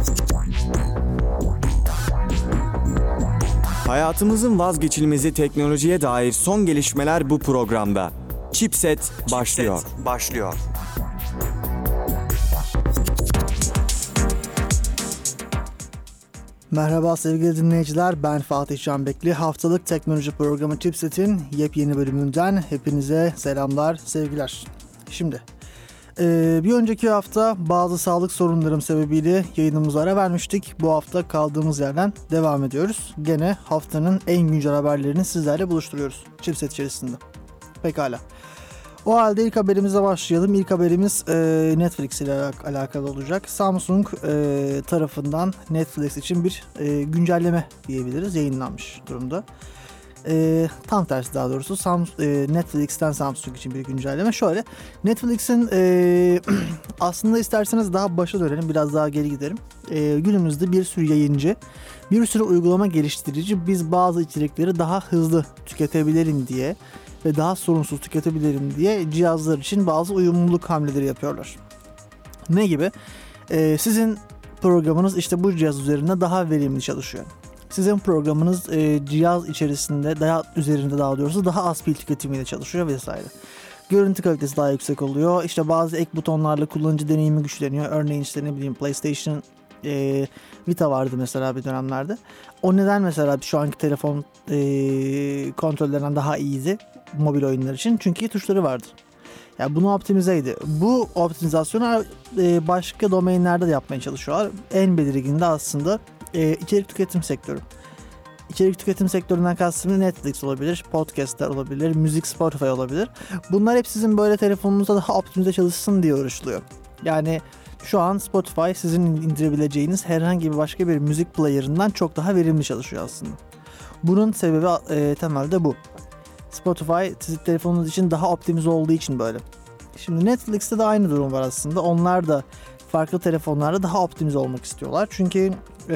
Hayatımızın vazgeçilmezi teknolojiye dair son gelişmeler bu programda. Chipset başlıyor. Merhaba sevgili dinleyiciler, ben Fatih Canbekli. Haftalık teknoloji programı Chipset'in yepyeni bölümünden hepinize selamlar, sevgiler. Şimdi bir önceki hafta bazı sağlık sorunlarım sebebiyle yayınımıza ara vermiştik. Bu hafta kaldığımız yerden devam ediyoruz. Gene haftanın en güncel haberlerini sizlerle buluşturuyoruz Chipset içerisinde. Pekala. O halde ilk haberimize başlayalım. İlk haberimiz Netflix ile alakalı olacak. Samsung tarafından Netflix için bir güncelleme diyebiliriz. Yayınlanmış durumda. Tam tersi daha doğrusu. Netflix'ten Samsung için bir güncelleme. Şöyle, Netflix'in aslında isterseniz daha başa dönelim. Biraz daha geri gidelim. Günümüzde bir sürü yayıncı, bir sürü uygulama geliştirici biz bazı içerikleri daha hızlı tüketebilirim diye ve daha sorunsuz tüketebilirim diye cihazlar için bazı uyumluluk hamleleri yapıyorlar. Ne gibi? Sizin programınız işte bu cihaz üzerinde daha verimli çalışıyor. Sizin programınız cihaz içerisinde üzerinde daha az pil tüketimiyle çalışıyor vesaire. Görüntü kalitesi daha yüksek oluyor. İşte bazı ek butonlarla kullanıcı deneyimi güçleniyor. Örneğin işte ne bileyim PlayStation Vita vardı mesela bir dönemlerde. O neden mesela şu anki telefon kontrollerinden daha iyiydi mobil oyunlar için? Çünkü tuşları vardı. Yani bunu optimizeydi. Bu optimizasyonu başka domainlerde de yapmaya çalışıyorlar. En belirginde aslında içerik tüketim sektörü. İçerik tüketim sektöründen kastım Netflix olabilir, podcastler olabilir, müzik Spotify olabilir. Bunlar hep sizin böyle telefonunuzda daha optimize çalışsın diye uğraşılıyor. Yani şu an Spotify sizin indirebileceğiniz herhangi bir başka bir müzik player'ından çok daha verimli çalışıyor aslında. Bunun sebebi temelde bu. Spotify sizin telefonunuz için daha optimize olduğu için böyle. Şimdi Netflix'te de aynı durum var aslında. Onlar da farklı telefonlarda daha optimize olmak istiyorlar. Çünkü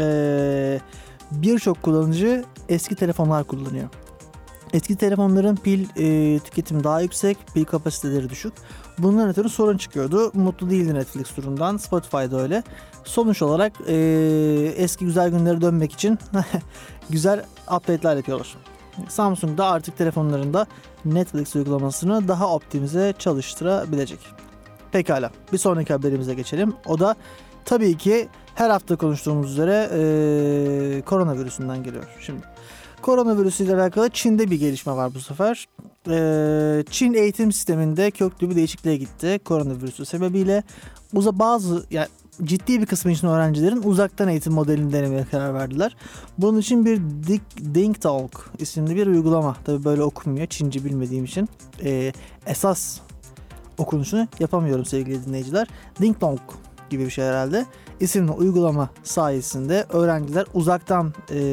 birçok kullanıcı eski telefonlar kullanıyor. Eski telefonların pil tüketimi daha yüksek, pil kapasiteleri düşük. Bundan ötürü sorun çıkıyordu. Mutlu değildi Netflix durumdan. Spotify'da öyle. Sonuç olarak eski güzel günlere dönmek için güzel update'ler yapıyorlar. Samsung da artık telefonlarında Netflix uygulamasını daha optimize çalıştırabilecek. Pekala, bir sonraki haberimize geçelim. O da tabii ki her hafta konuştuğumuz üzere koronavirüsünden geliyor. Şimdi koronavirüsüyle alakalı Çin'de bir gelişme var bu sefer. Çin eğitim sisteminde köklü bir değişikliğe gitti koronavirüsü sebebiyle. Yani ciddi bir kısmı için öğrencilerin uzaktan eğitim modelini denemeye karar verdiler. Bunun için bir DingTalk isimli bir uygulama. Tabii böyle okunmuyor, Çince bilmediğim için. Esas okunuşunu yapamıyorum sevgili dinleyiciler. DingTalk gibi bir şey herhalde. İsimli uygulama sayesinde öğrenciler uzaktan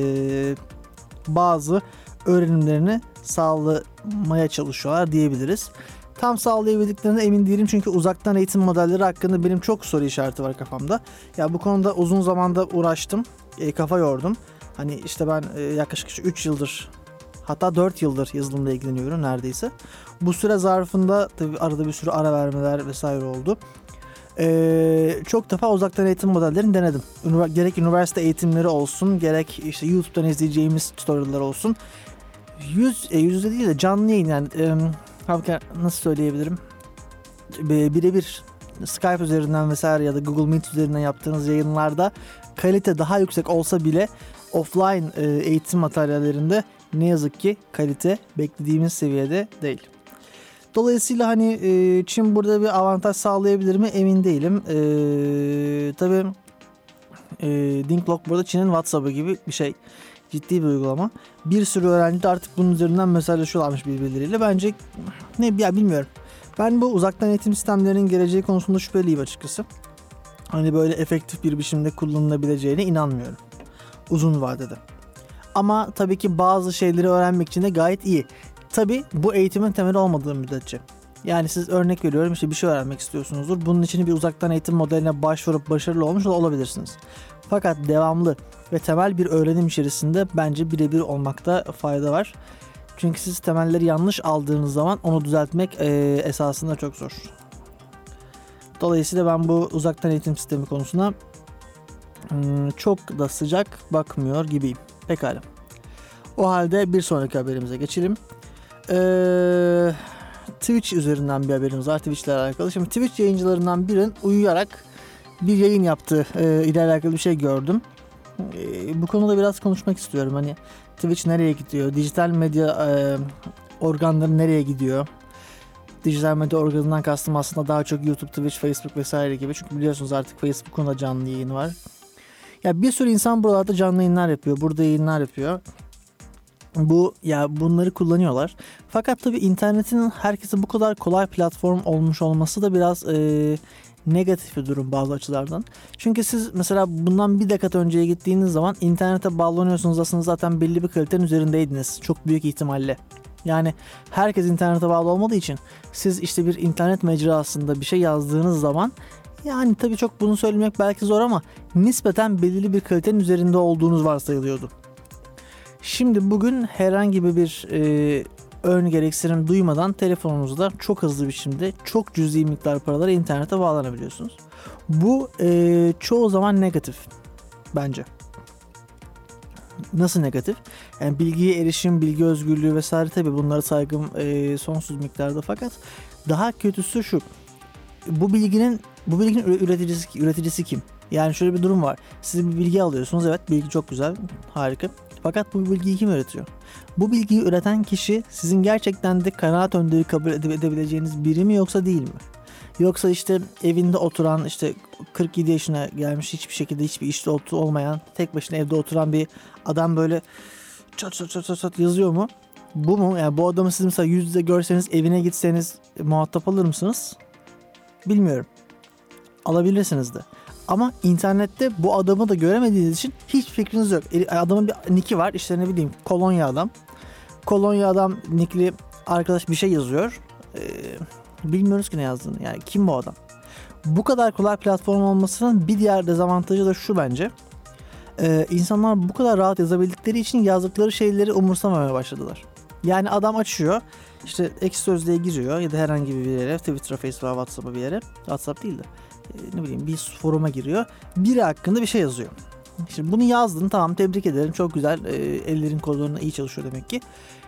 bazı öğrenimlerini sağlamaya çalışıyorlar diyebiliriz. Tam sağlayabildiklerine emin değilim çünkü uzaktan eğitim modelleri hakkında benim çok soru işareti var kafamda. Ya bu konuda uzun zamanda uğraştım, kafa yordum. Hani işte ben yaklaşık 3 yıldır hatta 4 yıldır yazılımla ilgileniyorum neredeyse. Bu süre zarfında tabii arada bir sürü ara vermeler vesaire oldu. Çok defa uzaktan eğitim modellerini denedim. Gerek üniversite eğitimleri olsun, gerek işte YouTube'dan izleyeceğimiz tutorial'lar olsun. Yüzde değil de canlı yayın yani nasıl söyleyebilirim? Birebir Skype üzerinden vesaire ya da Google Meet üzerinden yaptığınız yayınlarda kalite daha yüksek olsa bile offline eğitim materyallerinde ne yazık ki kalite beklediğimiz seviyede değil. Dolayısıyla hani Çin burada bir avantaj sağlayabilir mi emin değilim. Tabii DingTalk burada Çin'in WhatsApp'ı gibi bir şey. Ciddi bir uygulama. Bir sürü öğrenci de artık bunun üzerinden mesajlaşıyorlarmış birbirleriyle. Bence bilmiyorum. Ben bu uzaktan eğitim sistemlerinin geleceği konusunda şüpheliyim açıkçası. Hani böyle efektif bir biçimde kullanılabileceğine inanmıyorum. Uzun vadede. Ama tabii ki bazı şeyleri öğrenmek için de gayet iyi. Tabii bu eğitimin temeli olmadığı müddetçe. Yani siz örnek veriyorum işte bir şey öğrenmek istiyorsunuzdur. Bunun için bir uzaktan eğitim modeline başvurup başarılı olmuş olabilirsiniz. Fakat devamlı ve temel bir öğrenim içerisinde bence birebir olmakta fayda var. Çünkü siz temelleri yanlış aldığınız zaman onu düzeltmek esasında çok zor. Dolayısıyla ben bu uzaktan eğitim sistemi konusuna çok da sıcak bakmıyor gibiyim. Pekala. O halde bir sonraki haberimize geçelim. Twitch üzerinden bir haberimiz var. Twitch ile alakalı. Şimdi Twitch yayıncılarından birinin uyuyarak bir yayın yaptığı ile alakalı bir şey gördüm. Bu konuda biraz konuşmak istiyorum. Hani Twitch nereye gidiyor? Dijital medya organları nereye gidiyor? Dijital medya organından kastım aslında daha çok YouTube, Twitch, Facebook vesaire gibi. Çünkü biliyorsunuz artık Facebook'un da canlı yayını var. Ya bir sürü insan buralarda canlı yayınlar yapıyor. Burada yayınlar yapıyor. Bunları kullanıyorlar. Fakat tabii internetin herkese bu kadar kolay platform olmuş olması da biraz negatif bir durum bazı açılardan. Çünkü siz mesela bundan bir dakika önceye gittiğiniz zaman internete bağlanıyorsunuz, aslında zaten belli bir kalitenin üzerindeydiniz. Çok büyük ihtimalle. Yani herkes internete bağlı olmadığı için siz işte bir internet mecrasında bir şey yazdığınız zaman, yani tabii çok bunu söylemek belki zor ama nispeten belirli bir kalitenin üzerinde olduğunuz varsayılıyordu. Şimdi bugün herhangi bir ön gereksinim duymadan telefonunuzda çok hızlı biçimde çok cüzi miktar paralara internete bağlanabiliyorsunuz. Bu çoğu zaman negatif bence. Nasıl negatif? Yani bilgiye erişim, bilgi özgürlüğü vesaire, tabii bunlara saygım sonsuz miktarda, fakat daha kötüsü şu. Bu bilginin üreticisi kim? Yani şöyle bir durum var. Siz bir bilgi alıyorsunuz. Evet, bilgi çok güzel, harika. Fakat bu bilgiyi kim üretiyor? Bu bilgiyi üreten kişi sizin gerçekten de kanaat önderi kabul edebileceğiniz biri mi, yoksa değil mi? Yoksa işte evinde oturan, işte 47 yaşına gelmiş, hiçbir şekilde hiçbir işte olmayan, tek başına evde oturan bir adam böyle çat yazıyor mu? Bu mu? Yani bu adamı siz mesela yüz yüze görseniz, evine gitseniz muhatap alır mısınız? Bilmiyorum. Alabilirsiniz de. Ama internette bu adamı da göremediğiniz için hiç fikriniz yok. Adamın bir nicki var, işte ne bileyim, Kolonya adam. Kolonya adam nickli arkadaş bir şey yazıyor. Bilmiyoruz ki ne yazdığını. Yani kim bu adam? Bu kadar kolay platform olmasının bir diğer dezavantajı da şu bence. İnsanlar bu kadar rahat yazabildikleri için yazdıkları şeyleri umursamamaya başladılar. Yani adam açıyor, işte Ekşi Sözlüğe giriyor ya da herhangi bir yere, Twitter'a, Facebook'a, WhatsApp'a bir yere. WhatsApp değil de ne bileyim bir foruma giriyor. Biri hakkında bir şey yazıyor. Şimdi bunu yazdın, tamam, tebrik ederim, çok güzel, ellerin kollarına iyi çalışıyor demek ki.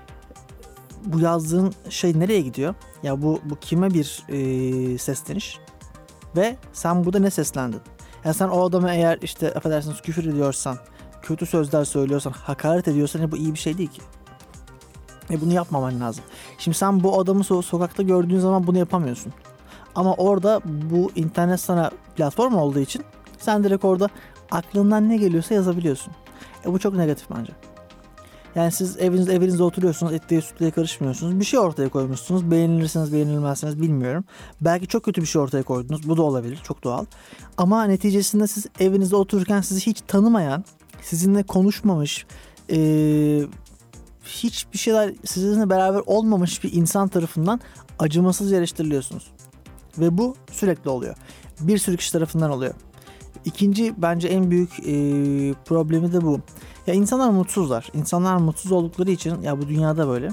Bu yazdığın şey nereye gidiyor? Ya bu kime bir sesleniş? Ve sen burada ne seslendin? Yani sen o adama eğer işte affedersiniz küfür ediyorsan, kötü sözler söylüyorsan, hakaret ediyorsan bu iyi bir şey değil ki. Bunu yapmaman lazım. Şimdi sen bu adamı sokakta gördüğün zaman bunu yapamıyorsun. Ama orada bu internet sana platform olduğu için sen direkt orada aklından ne geliyorsa yazabiliyorsun. Bu çok negatif bence. Yani siz evinizde oturuyorsunuz, etliye sütlüye karışmıyorsunuz. Bir şey ortaya koymuşsunuz. Beğenilirsiniz, beğenilmezsiniz bilmiyorum. Belki çok kötü bir şey ortaya koydunuz. Bu da olabilir, çok doğal. Ama neticesinde siz evinizde otururken sizi hiç tanımayan, sizinle konuşmamış, hiçbir şeyler sizinle beraber olmamış bir insan tarafından acımasızca eleştiriliyorsunuz. Ve bu sürekli oluyor. Bir sürü kişi tarafından oluyor. İkinci bence en büyük problemi de bu. Ya insanlar mutsuzlar. İnsanlar mutsuz oldukları için, ya bu dünyada böyle.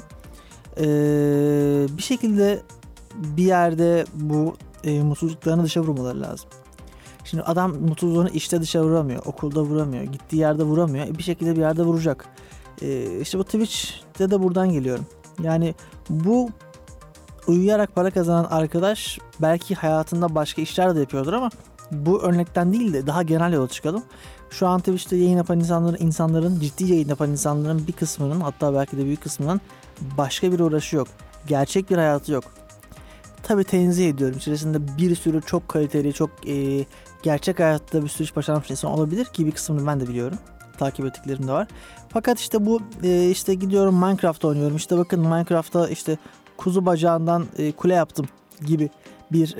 Bir şekilde bir yerde bu mutsuzluklarını dışa vurmaları lazım. Şimdi adam mutsuzluğunu işte dışa vuramıyor, okulda vuramıyor, gittiği yerde vuramıyor. Bir şekilde bir yerde vuracak. İşte bu Twitch'te de buradan geliyorum. Yani bu uyuyarak para kazanan arkadaş belki hayatında başka işler de yapıyordur ama bu örnekten değil de daha genel yola çıkalım. Şu an Twitch'te yayın yapan insanların ciddi yayın yapan insanların bir kısmının, hatta belki de büyük kısmının başka bir uğraşı yok. Gerçek bir hayatı yok. Tabii tenzih ediyorum. İçerisinde bir sürü çok kaliteli, çok gerçek hayatta bir sürü iş başarmış insan olabilir ki bir kısmını ben de biliyorum. Takip ettiklerim de var. Fakat işte bu işte gidiyorum Minecraft oynuyorum. İşte bakın Minecraft'ta işte kuzu bacağından kule yaptım gibi bir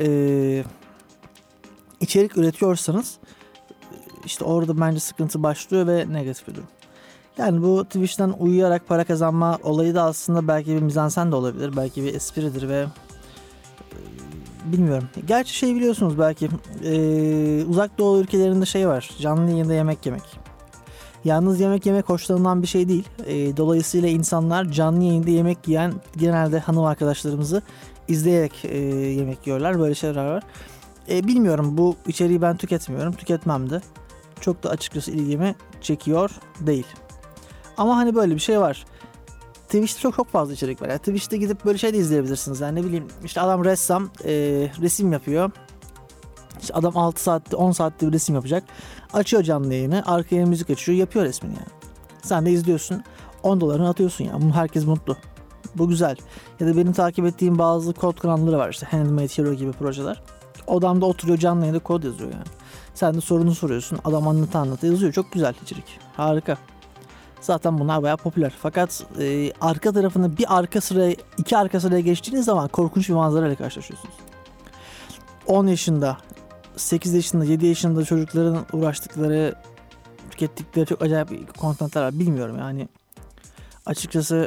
içerik üretiyorsanız işte orada bence sıkıntı başlıyor ve negatif bir durum. Yani bu Twitch'ten uyuyarak para kazanma olayı da aslında belki bir mizansen de olabilir. Belki bir espridir ve bilmiyorum. Gerçi şey biliyorsunuz belki uzak doğu ülkelerinde şey var. Canlı yayında yemek yemek. Yalnız yemek yemek hoşlanılan bir şey değil. Dolayısıyla insanlar canlı yayında yemek yiyen genelde hanım arkadaşlarımızı izleyerek yemek yiyorlar. Böyle şeyler var. Bilmiyorum, bu içeriği ben tüketmiyorum. Tüketmem de. çok da açıkçası ilgimi çekiyor değil. Ama hani böyle bir şey var. Twitch'te çok fazla içerik var. Yani Twitch'te gidip böyle şey de izleyebilirsiniz. Yani ne bileyim işte adam ressam resim yapıyor. İşte adam 6 saatte 10 saatte bir resim yapacak. Açıyor canlı yayını. Arkaya müzik açıyor. Yapıyor resmini yani. Sen de izliyorsun. 10 dolarını atıyorsun yani. Herkes mutlu. Bu güzel. Ya da benim takip ettiğim bazı kod kanalları var. İşte Handmade Hero gibi projeler. Odamda oturuyor canlı yayında kod yazıyor yani. Sen de sorunu soruyorsun. Adam anlata yazıyor. Çok güzel içerik. Harika. Zaten bunlar bayağı popüler. Fakat arka tarafını iki arka sıraya geçtiğiniz zaman korkunç bir manzarayla karşılaşıyorsunuz. 10 yaşında, 8 yaşında, 7 yaşında çocukların uğraştıkları, tükettikleri çok acayip kontentler var. Bilmiyorum yani. Açıkçası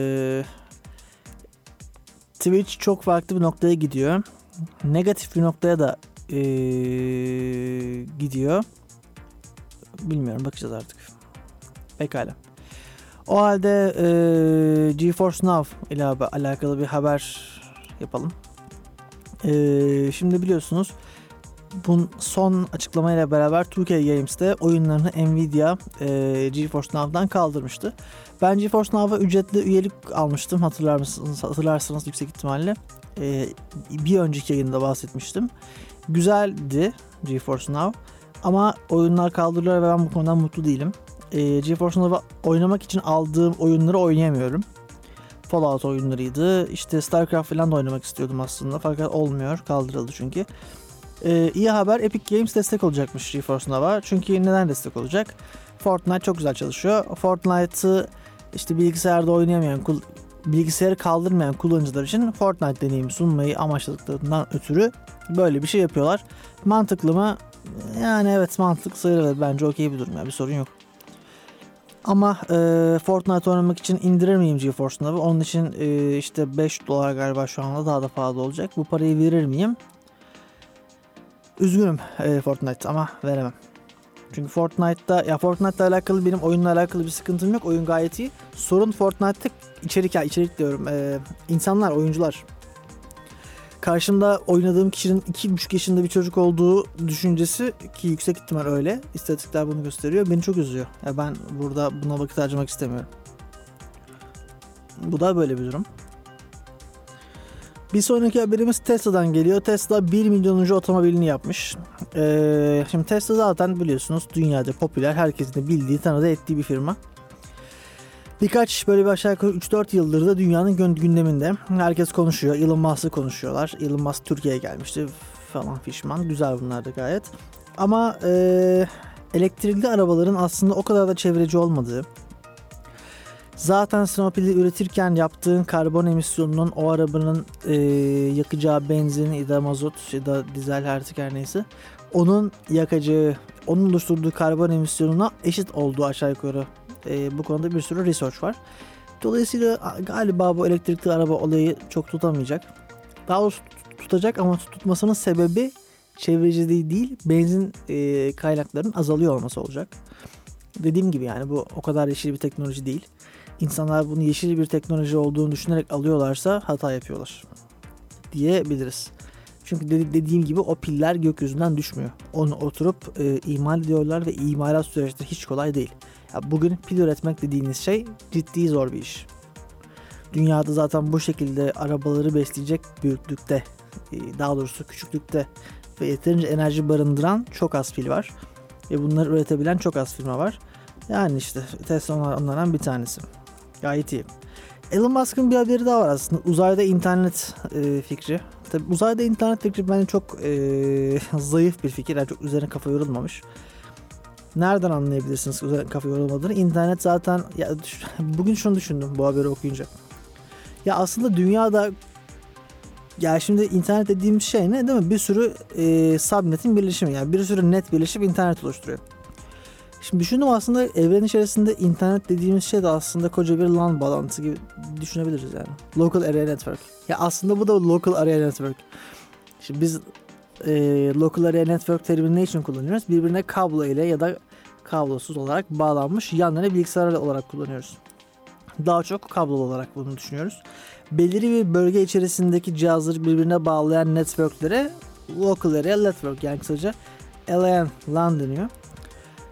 Twitch çok farklı bir noktaya gidiyor. Negatif bir noktaya da gidiyor. Bilmiyorum, bakacağız artık. Pekala. O halde GeForce Now ile alakalı bir haber yapalım. Şimdi biliyorsunuz bu son açıklamayla beraber Türkiye Games'te oyunlarını Nvidia GeForce Now'dan kaldırmıştı. Ben GeForce Now'a ücretli üyelik almıştım, hatırlarsınız yüksek ihtimalle. Bir önceki yayında bahsetmiştim. Güzeldi GeForce Now ama oyunlar kaldırılıyor ve ben bu konudan mutlu değilim. GeForce Now'a oynamak için aldığım oyunları oynayamıyorum. Fallout oyunlarıydı. İşte StarCraft falan da oynamak istiyordum aslında. Fakat olmuyor. Kaldırıldı çünkü. İyi haber. Epic Games destek olacakmış GeForce Now'a. Çünkü neden destek olacak? Fortnite çok güzel çalışıyor. Fortnite'ı işte bilgisayarda oynayamayan, bilgisayarı kaldırmayan kullanıcılar için Fortnite deneyimi sunmayı amaçladıklarından ötürü böyle bir şey yapıyorlar. Mantıklı mı? Yani evet, mantıklı sayılır. Bence okey bir durum. Yani bir sorun yok. Ama Fortnite oynamak için indirir miyim GeForce Now'ı? Onun için işte 5 dolar galiba şu anda, daha da fazla olacak. Bu parayı verir miyim? Üzgünüm Fortnite ama veremem. Çünkü Fortnite'la alakalı benim oyunla alakalı bir sıkıntım yok. Oyun gayet iyi. Sorun Fortnite'te içerik diyorum. İnsanlar, oyuncular. Karşımda oynadığım kişinin 2,5 yaşında bir çocuk olduğu düşüncesi, ki yüksek ihtimal öyle. İstatistikler bunu gösteriyor. Beni çok üzüyor. Ya ben burada buna vakit harcamak istemiyorum. Bu da böyle bir durum. Bir sonraki haberimiz Tesla'dan geliyor. Tesla 1 milyonuncu otomobilini yapmış. Şimdi Tesla zaten biliyorsunuz dünyada popüler, herkesin de bildiği, tanıdığı, ettiği bir firma. Birkaç böyle bir aşağı yukarı 3-4 yıldır da dünyanın gündeminde. Herkes konuşuyor. Elon Musk'ı konuşuyorlar. Elon Musk Türkiye'ye gelmişti falan fişman. Güzel bunlar da gayet. Ama elektrikli arabaların aslında o kadar da çevreci olmadığı, zaten Sinopil'i üretirken yaptığın karbon emisyonunun o arabanın yakacağı benzin ya da mazot ya da dizel, artık her neyse, onun yakacağı, onun oluşturduğu karbon emisyonuna eşit olduğu aşağı yukarı. Bu konuda bir sürü research var. Dolayısıyla galiba bu elektrikli araba olayı çok tutamayacak. Daha doğrusu tutacak ama tutmasının sebebi çevreci değil, benzin kaynaklarının azalıyor olması olacak. Dediğim gibi yani bu o kadar yeşil bir teknoloji değil. İnsanlar bunu yeşil bir teknoloji olduğunu düşünerek alıyorlarsa hata yapıyorlar diyebiliriz. Çünkü dediğim gibi o piller gökyüzünden düşmüyor. Onu oturup imal ediyorlar ve imalat süreçleri hiç kolay değil. Ya bugün pil üretmek dediğiniz şey ciddi zor bir iş. Dünyada zaten bu şekilde arabaları besleyecek büyüklükte, daha doğrusu küçüklükte ve yeterince enerji barındıran çok az pil var. Ve bunları üretebilen çok az firma var. Yani işte Tesla onlardan bir tanesi. Gayet iyi. Elon Musk'ın bir haberi daha var aslında. Uzayda internet fikri. Tabii uzayda internet fikri bence çok zayıf bir fikir. Yani çok üzerine kafa yorulmamış. Nereden anlayabilirsiniz üzerine kafa yorulmadığını? İnternet zaten... Bugün şunu düşündüm bu haberi okuyunca. Ya aslında dünyada... Ya şimdi internet dediğimiz şey ne, değil mi? Bir sürü subnetin birleşimi. Yani bir sürü net birleşip internet oluşturuyor. Şimdi düşündüm, aslında evren içerisinde internet dediğimiz şey de aslında koca bir LAN bağlantısı gibi düşünebiliriz yani. Local Area Network. Ya aslında bu da Local Area Network. Şimdi biz Local Area Network terimini ne için kullanıyoruz? Birbirine kablo ile ya da kablosuz olarak bağlanmış yan yana bilgisayarlar olarak kullanıyoruz. Daha çok kablolu olarak bunu düşünüyoruz. Belirli bir bölge içerisindeki cihazları birbirine bağlayan networklere Local Area Network, yani kısaca LAN deniyor.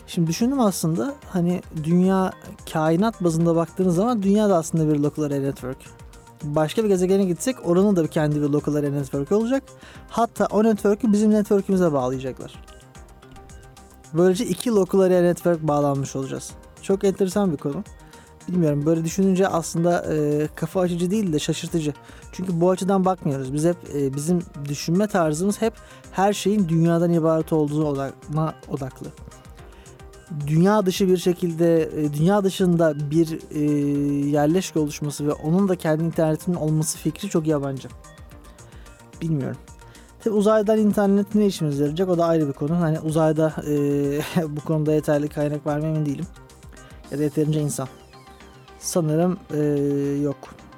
Şimdi düşündüm aslında hani dünya kainat bazında baktığınız zaman dünya da aslında bir local area network. Başka bir gezegene gitsek oranın da kendi bir local area network olacak. Hatta o network'ü bizim network'ümüze bağlayacaklar. Böylece 2 local area network bağlanmış olacağız. Çok enteresan bir konu. Bilmiyorum, böyle düşününce aslında kafa açıcı değil de şaşırtıcı. Çünkü bu açıdan bakmıyoruz. Biz hep bizim düşünme tarzımız hep her şeyin dünyadan ibaret olduğuna odaklı. Dünya dışı bir şekilde dünya dışında bir yerleşke oluşması ve onun da kendi internetinin olması fikri çok yabancı. Bilmiyorum. Tabii uzaydan internet ne işimize yarayacak, o da ayrı bir konu. Hani uzayda bu konuda yeterli kaynak var mı emin değilim. Ya da yeterince insan. Sanırım yok.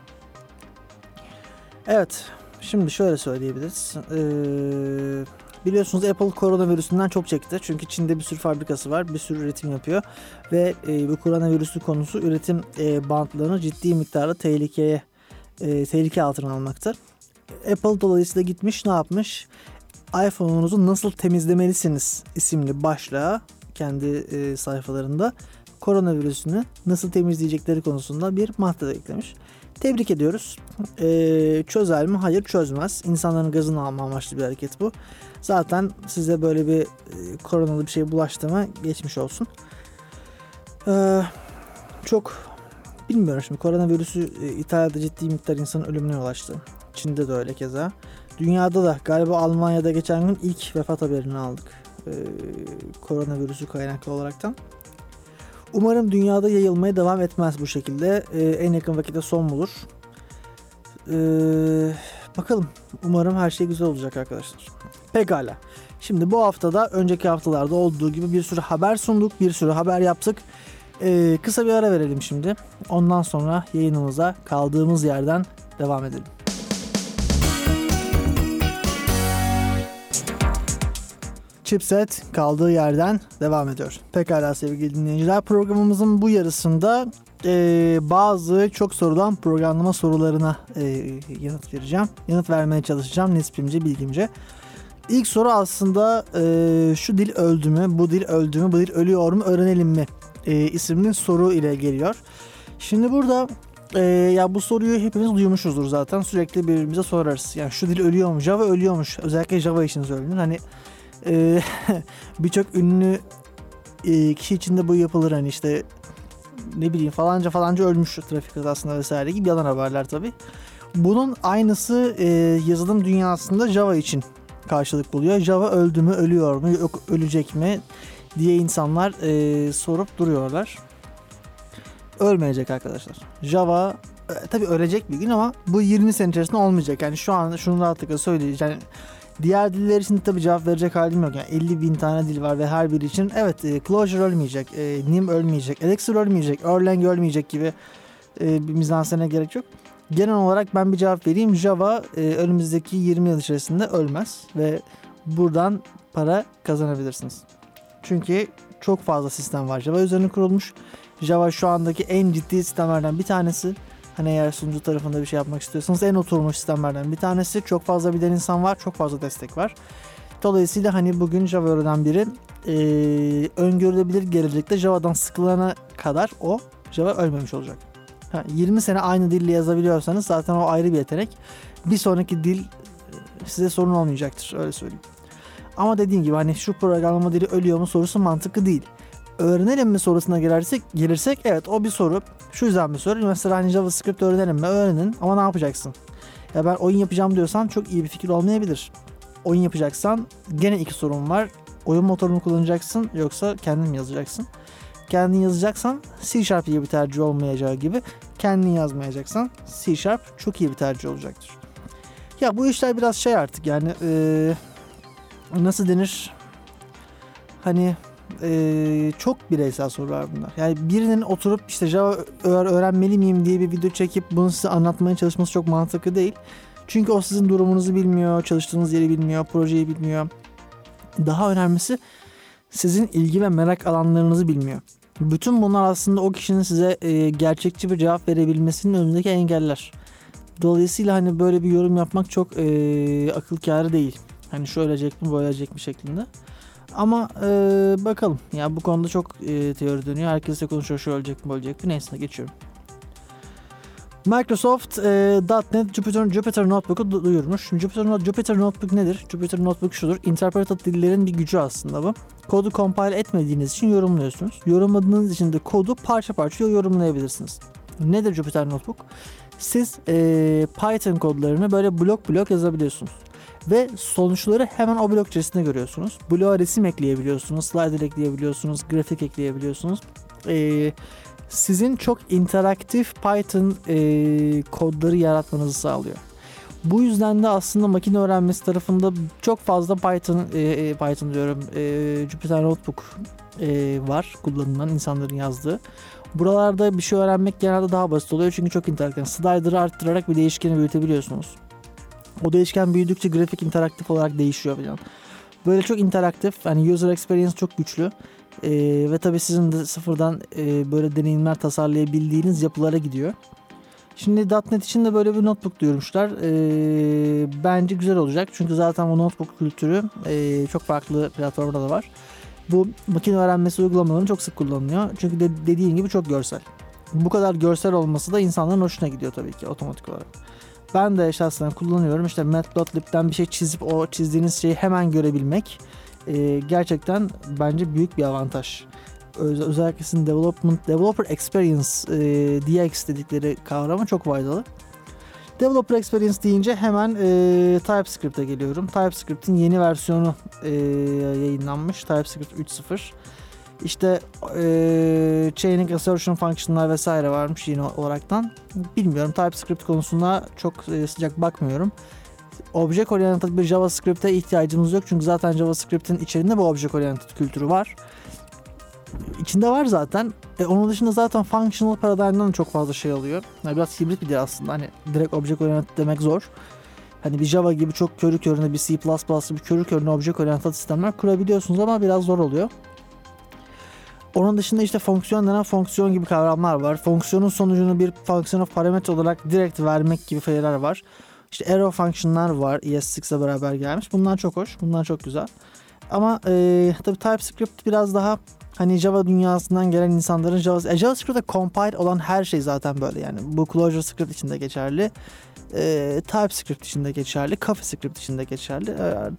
Evet. Şimdi şöyle söyleyebiliriz. Biliyorsunuz Apple koronavirüsünden çok çekti. Çünkü Çin'de bir sürü fabrikası var. Bir sürü üretim yapıyor. Ve bu koronavirüsü konusu üretim bantlarını ciddi miktarda tehlike altına almakta. Apple dolayısıyla gitmiş, ne yapmış? iPhone'unuzu nasıl temizlemelisiniz isimli başlığa kendi sayfalarında koronavirüsünü nasıl temizleyecekleri konusunda bir madde de eklemiş. Tebrik ediyoruz. Çözer mi? Hayır, çözmez. İnsanların gazını alma amaçlı bir hareket bu. Zaten size böyle bir koronalı bir şey bulaştı mı geçmiş olsun. Çok bilmiyorum şimdi, koronavirüsü İtalya'da ciddi miktar insanın ölümüne yol açtı. Çin'de de öyle keza. Dünyada da galiba Almanya'da geçen gün ilk vefat haberini aldık. Koronavirüsü kaynaklı olaraktan. Umarım dünyada yayılmaya devam etmez bu şekilde. En yakın vakitte son bulur. Bakalım. Umarım her şey güzel olacak arkadaşlar. Pekala. Şimdi bu haftada önceki haftalarda olduğu gibi bir sürü haber sunduk. Bir sürü haber yaptık. Kısa bir ara verelim şimdi. Ondan sonra yayınımıza kaldığımız yerden devam edelim. Chipset kaldığı yerden devam ediyor. Pekala sevgili dinleyiciler, programımızın bu yarısında bazı çok sorulan programlama sorularına yanıt vereceğim. Yanıt vermeye çalışacağım nispimce, bilgimce. İlk soru aslında şu dil öldü mü, bu dil öldü mü, bu dil ölüyor mu, öğrenelim mi isimli soru ile geliyor. Şimdi burada ya bu soruyu hepimiz duymuşuzdur zaten, sürekli birbirimize sorarız. Yani şu dil ölüyor mu, Java ölüyormuş, özellikle Java için söylenir. Hani birçok ünlü kişi için de bu yapılır, hani işte ne bileyim falanca ölmüş trafik kazasında vesaire gibi yalan haberler tabii. Bunun aynısı yazılım dünyasında Java için karşılık buluyor. Java öldü mü, ölüyor mu, yok ölecek mi diye insanlar sorup duruyorlar. Ölmeyecek arkadaşlar. Java tabii ölecek bir gün ama bu 20 sene içerisinde olmayacak. Yani şu an şunu rahatlıkla söyleyeceğim. Yani diğer diller için tabii cevap verecek halim yok. Yani 50.000 tane dil var ve her biri için evet Clojure ölmeyecek, Nim ölmeyecek, Elixir ölmeyecek, Erlang ölmeyecek gibi bir mizansene gerek yok. Genel olarak ben bir cevap vereyim. Java önümüzdeki 20 yıl içerisinde ölmez ve buradan para kazanabilirsiniz. Çünkü çok fazla sistem var Java üzerine kurulmuş. Java şu andaki en ciddi sistemlerden bir tanesi. Hani eğer sunucu tarafında bir şey yapmak istiyorsanız en oturmuş sistemlerden bir tanesi. Çok fazla bilen insan var, çok fazla destek var. Dolayısıyla hani bugün Java öğrenen biri öngörülebilir gelecekte Java'dan sıkılana kadar o Java ölmemiş olacak. 20 sene aynı dille yazabiliyorsanız zaten o ayrı bir yetenek. Bir sonraki dil size sorun olmayacaktır, öyle söyleyeyim. Ama dediğim gibi hani şu programlama dili ölüyor mu sorusu mantıklı değil. Öğrenelim mi sorusuna gelirsek evet, o bir soru. Şu yüzden bir soru. Mesela hani JavaScript öğrenelim mi? Öğrenin ama ne yapacaksın? Ya ben oyun yapacağım diyorsan çok iyi bir fikir olmayabilir. Oyun yapacaksan gene iki sorun var. Oyun motorunu kullanacaksın yoksa kendin mi yazacaksın? Kendin yazacaksan C# iyi bir tercih olmayacağı gibi, kendin yazmayacaksan C# çok iyi bir tercih olacaktır. Ya bu işler biraz şey artık yani nasıl denir? Hani çok bireysel sorular bunlar. Yani birinin oturup işte Java öğrenmeli miyim diye bir video çekip bunu size anlatmaya çalışması çok mantıklı değil. Çünkü o sizin durumunuzu bilmiyor, çalıştığınız yeri bilmiyor, projeyi bilmiyor. Daha önemlisi sizin ilgi ve merak alanlarınızı bilmiyor. Bütün bunlar aslında o kişinin size gerçekçi bir cevap verebilmesinin önündeki engeller. Dolayısıyla hani böyle bir yorum yapmak çok akıl kârı değil. Hani şu ölecek mi, bu ölecek mi şeklinde. Ama bakalım. Ya bu konuda çok teori dönüyor. Herkes de konuşuyor, şu ölecek mi ölecek mi. Neyse, geçiyorum. Microsoft .NET Jupyter Notebook'u duyurmuş. Jupyter Notebook nedir? Jupyter Notebook şudur. Interpreted dillerin bir gücü aslında bu. Kodu compile etmediğiniz için yorumluyorsunuz. Yorumladığınız için de kodu parça parça yorumlayabilirsiniz. Nedir Jupyter Notebook? Siz Python kodlarını böyle blok blok yazabiliyorsunuz. Ve sonuçları hemen o blok içerisinde görüyorsunuz. Bloğa resim ekleyebiliyorsunuz, slider ekleyebiliyorsunuz, grafik ekleyebiliyorsunuz. Sizin çok interaktif Python kodları yaratmanızı sağlıyor. Bu yüzden de aslında makine öğrenmesi tarafında çok fazla Jupyter Notebook var kullanılan, insanların yazdığı. Buralarda bir şey öğrenmek genelde daha basit oluyor çünkü çok interaktif. Slider'ı arttırarak bir değişkeni büyütebiliyorsunuz. O değişken büyüdükçe grafik interaktif olarak değişiyor falan. Böyle çok interaktif, yani user experience çok güçlü. Ve tabii sizin de sıfırdan böyle deneyimler tasarlayabildiğiniz yapılara gidiyor. Şimdi .NET için de böyle bir notebook duyurmuşlar. Bence güzel olacak. Çünkü zaten o notebook kültürü çok farklı platformlarda da var. Bu makine öğrenmesi uygulamalarının çok sık kullanılıyor. Çünkü dediğim gibi çok görsel. Bu kadar görsel olması da insanların hoşuna gidiyor tabii ki otomatik olarak. Ben de şahsen kullanıyorum. İşte Matplotlib'den bir şey çizip o çizdiğiniz şeyi hemen görebilmek gerçekten bence büyük bir avantaj. Özellikle sizin Developer Experience DX dedikleri kavrama çok faydalı. Developer Experience deyince hemen TypeScript'e geliyorum. TypeScript'in yeni versiyonu yayınlanmış. TypeScript 3.0. İşte chaining assertion function'lar vesaire varmış yeni olaraktan. Bilmiyorum, TypeScript konusunda çok sıcak bakmıyorum. Object oriented bir JavaScript'e ihtiyacımız yok. Çünkü zaten JavaScript'in içerisinde bu object oriented kültürü var. İçinde var zaten. Onun dışında zaten functional paradigm'dan çok fazla şey alıyor. Yani biraz hibrit bir dil aslında. Hani direkt object oriented demek zor. Hani bir Java gibi çok körü körüne, bir C++ gibi körü körüne object oriented sistemler kurabiliyorsunuz ama biraz zor oluyor. Onun dışında işte fonksiyon denen fonksiyon gibi kavramlar var. Fonksiyonun sonucunu bir function of parametre olarak direkt vermek gibi şeyler var. İşte arrow function'lar var. ES6'e beraber gelmiş. Bunlar çok hoş. Bunlar çok güzel. Ama tabii TypeScript biraz daha hani Java dünyasından gelen insanların JavaScript'te compile olan her şey zaten böyle yani. Bu ClojureScript için de geçerli. TypeScript için de geçerli. CoffeeScript için de geçerli.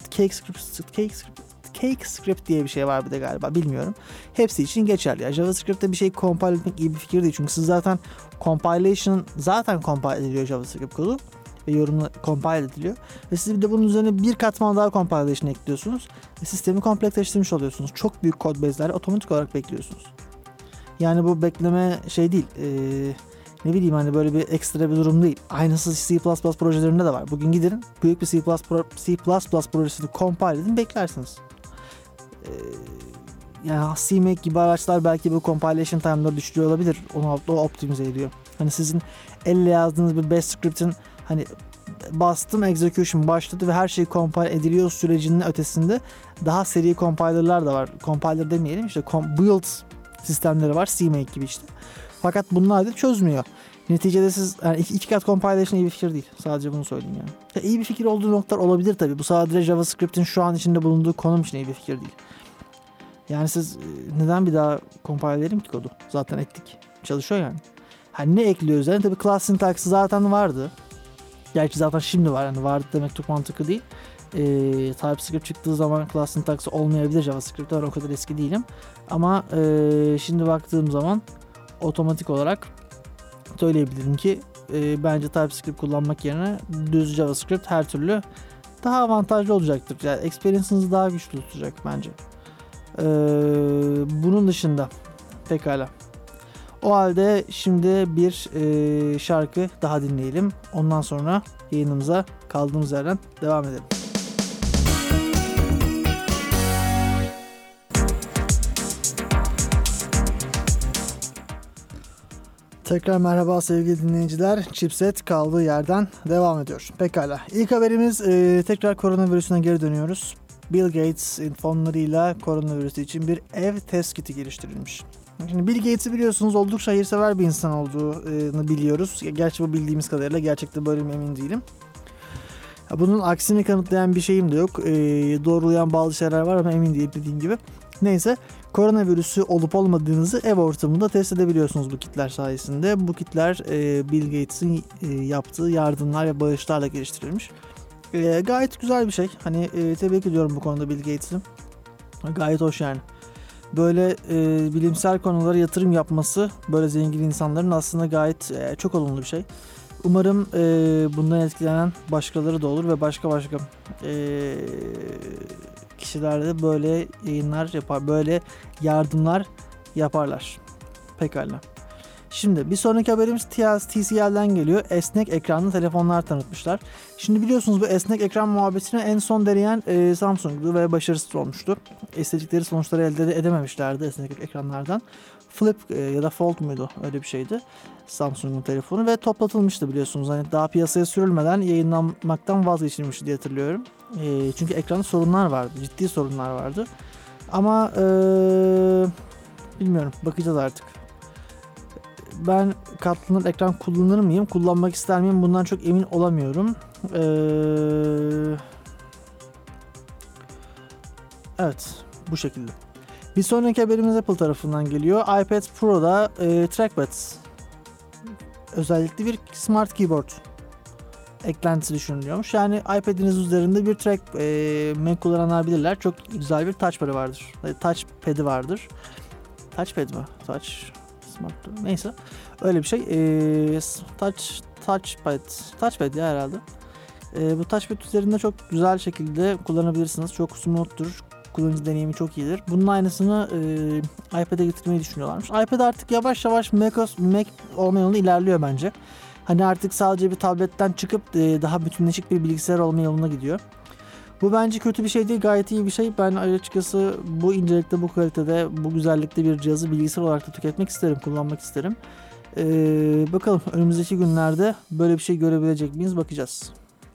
CakeScript diye bir şey var bir de galiba, bilmiyorum. Hepsi için geçerli. Yani JavaScript'te bir şey compile etmek iyi bir fikir değil. Çünkü siz zaten compilation zaten compile ediliyor JavaScript kodu. Ve yorumla compile ediliyor. Ve siz bir de bunun üzerine bir katman daha compilation ekliyorsunuz. Ve sistemi kompleksleştirmiş oluyorsunuz. Çok büyük code base'leri otomatik olarak bekliyorsunuz. Yani bu bekleme şey değil. Ne bileyim hani böyle bir ekstra bir durum değil. Aynısı C++ projelerinde de var. Bugün gidin büyük bir C++ projesini compile edin, beklersiniz. Yani CMake gibi araçlar belki bu compilation time'ları düşürüyor olabilir. Onu optimize ediyor. Hani sizin elle yazdığınız bir bash script'in hani bastım, execution başladı ve her şey compile ediliyor sürecinin ötesinde daha seri compiler'lar da var. Compiler demeyelim, işte build sistemleri var. CMake gibi işte. Fakat bunlar da çözmüyor. Neticede siz yani iki kat compilation iyi bir fikir değil. Sadece bunu söyleyeyim yani. İyi bir fikir olduğu noktalar olabilir tabii. Bu sadece JavaScript'in şu an içinde bulunduğu konum için iyi bir fikir değil. Yani siz neden bir daha compile edelim ki kodu? Zaten ettik. Çalışıyor yani. Hani ne ekliyor üzerine? Tabii class syntax'ı zaten vardı. Gerçi zaten şimdi var. Yani vardı demek çok mantıklı değil. TypeScript çıktığı zaman class syntax'ı olmayabilir JavaScript'te. Ben o kadar eski değilim. Ama şimdi baktığım zaman otomatik olarak söyleyebilirim ki bence TypeScript kullanmak yerine düz JavaScript her türlü daha avantajlı olacaktır. Yani experience'ınızı daha güçlü tutacak bence. Bunun dışında pekala. O halde şimdi bir şarkı daha dinleyelim. Ondan sonra yayınımıza kaldığımız yerden devam edelim. Tekrar merhaba sevgili dinleyiciler. Chipset kaldığı yerden devam ediyor. Pekala. İlk haberimiz tekrar koronavirüsüne geri dönüyoruz. Bill Gates fonlarıyla koronavirüsü için bir ev test kiti geliştirilmiş. Şimdi Bill Gates'i biliyorsunuz oldukça hayırsever bir insan olduğunu biliyoruz. Gerçi bu bildiğimiz kadarıyla gerçekten böyle mi emin değilim. Bunun aksini kanıtlayan bir şeyim de yok. Doğrulayan bazı şeyler var ama emin değilim dediğim gibi. Neyse, koronavirüsü olup olmadığınızı ev ortamında test edebiliyorsunuz bu kitler sayesinde. Bu kitler Bill Gates'in yaptığı yardımlar ve bağışlarla geliştirilmiş. Gayet güzel bir şey. Hani tebrik ediyorum bu konuda Bill Gates'i. Gayet hoş yani. Böyle bilimsel konulara yatırım yapması böyle zengin insanların aslında gayet çok olumlu bir şey. Umarım bundan etkilenen başkaları da olur ve başka kişiler de böyle yayınlar yapar, böyle yardımlar yaparlar. Pekala. Şimdi bir sonraki haberimiz TCL'den geliyor. Esnek ekranlı telefonlar tanıtmışlar. Şimdi biliyorsunuz bu esnek ekran muhabbetine en son deneyen Samsung'du ve başarısız olmuştu. İstedikleri sonuçları elde edememişlerdi esnek ekranlardan. Flip ya da Fold muydu? Öyle bir şeydi. Samsung'un telefonu ve toplatılmıştı biliyorsunuz. Hani daha piyasaya sürülmeden yayınlanmaktan vazgeçilmişti diye hatırlıyorum. Çünkü ekranda sorunlar vardı. Ciddi sorunlar vardı. Ama bilmiyorum. Bakacağız artık. Ben katlanır ekran kullanır mıyım? Kullanmak ister miyim? Bundan çok emin olamıyorum. Evet. Bu şekilde. Bir sonraki haberimiz Apple tarafından geliyor. iPad Pro'da Trackpad özellikle bir Smart Keyboard eklentisi düşünülüyormuş. Yani iPad'iniz üzerinde bir trackpad kullananlar bilirler. Çok güzel bir touchpad'i vardır. Touchpad'i vardır. Touchpad mi? Smart. Neyse. Öyle bir şey. Touchpad ya herhalde. Bu touchpad üzerinde çok güzel şekilde kullanabilirsiniz. Çok smooth'tur. Kullanıcı deneyimi çok iyidir. Bunun aynısını iPad'e getirmeyi düşünüyorlarmış. iPad artık yavaş yavaş Mac olma yolunda ilerliyor bence. Hani artık sadece bir tabletten çıkıp daha bütünleşik bir bilgisayar olma yoluna gidiyor. Bu bence kötü bir şey değil, gayet iyi bir şey. Ben açıkçası bu incelikte, bu kalitede, bu güzellikte bir cihazı bilgisayar olarak da tüketmek isterim, kullanmak isterim. Bakalım önümüzdeki günlerde böyle bir şey görebilecek miyiz, bakacağız.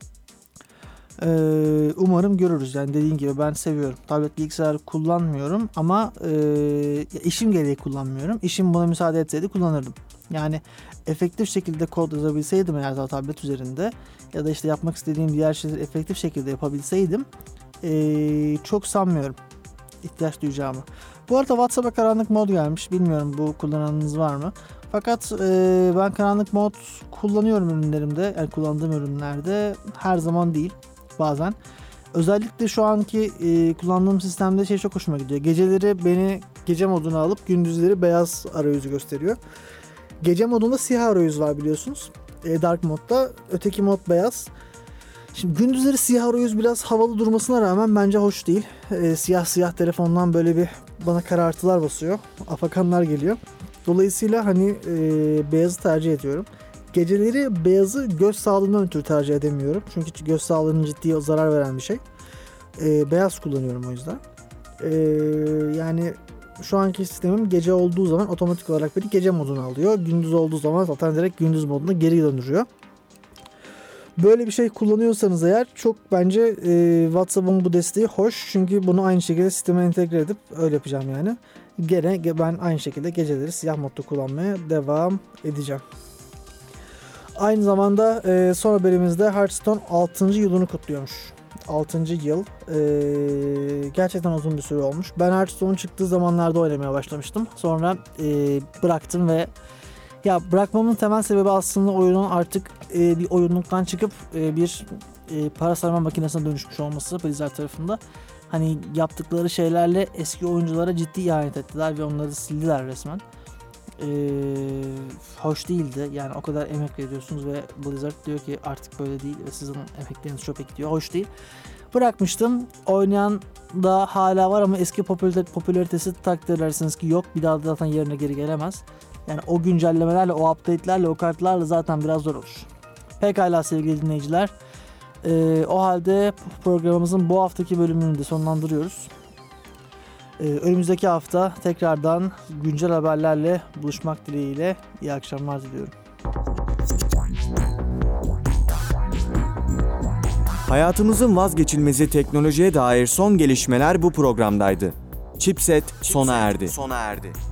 Umarım görürüz. Yani dediğim gibi ben seviyorum. Tablet bilgisayar kullanmıyorum ama işim gereği kullanmıyorum. İşim buna müsaade etseydi kullanırdım. Yani efektif şekilde kod yazabilseydim eğer daha tablet üzerinde ya da işte yapmak istediğim diğer şeyleri efektif şekilde yapabilseydim çok sanmıyorum ihtiyaç duyacağımı. Bu arada WhatsApp'a karanlık mod gelmiş. Bilmiyorum bu kullananınız var mı? Fakat ben karanlık mod kullanıyorum ürünlerimde. Yani kullandığım ürünlerde her zaman değil. Bazen. Özellikle şu anki kullandığım sistemde şey çok hoşuma gidiyor. Geceleri beni gece moduna alıp gündüzleri beyaz arayüzü gösteriyor. Gece modunda siyah arayüz var biliyorsunuz. Dark modda. Öteki mod beyaz. Şimdi gündüzleri siyah arayüz biraz havalı durmasına rağmen bence hoş değil. Siyah telefondan böyle bir bana karartılar basıyor. Afakanlar geliyor. Dolayısıyla hani beyazı tercih ediyorum. Geceleri beyazı göz sağlığından ötürü tercih edemiyorum. Çünkü göz sağlığının ciddi zarar veren bir şey. Beyaz kullanıyorum o yüzden. Yani şu anki sistemim gece olduğu zaman otomatik olarak beni gece moduna alıyor. Gündüz olduğu zaman zaten direkt gündüz moduna geri döndürüyor. Böyle bir şey kullanıyorsanız eğer çok bence WhatsApp'ın bu desteği hoş. Çünkü bunu aynı şekilde sisteme entegre edip öyle yapacağım yani. Gene ben aynı şekilde geceleri siyah modda kullanmaya devam edeceğim. Aynı zamanda son haberimizde Hearthstone 6. yılını kutluyormuş. 6. yıl. Gerçekten uzun bir süre olmuş. Ben Hearthstone'un çıktığı zamanlarda oynamaya başlamıştım. Sonra bıraktım ve bırakmamın temel sebebi aslında oyunun artık bir oyunluktan çıkıp bir para sarma makinesine dönüşmüş olması Blizzard tarafında. Hani yaptıkları şeylerle eski oyunculara ciddi ihanet ettiler ve onları sildiler resmen. Hoş değildi. Yani o kadar emek veriyorsunuz ve Blizzard diyor ki artık böyle değil ve sizin emekleriniz çöpe gidiyor. Hoş değil. Bırakmıştım. Oynayan da hala var ama eski popülaritesi takdir edersiniz ki yok. Bir daha zaten yerine geri gelemez. Yani o güncellemelerle, o update'lerle, o kartlarla zaten biraz zor olur. Pekala sevgili dinleyiciler. O halde programımızın bu haftaki bölümünü de sonlandırıyoruz. Önümüzdeki hafta tekrardan güncel haberlerle buluşmak dileğiyle iyi akşamlar diliyorum. Hayatımızın vazgeçilmezi teknolojiye dair son gelişmeler bu programdaydı. Chipset sona erdi.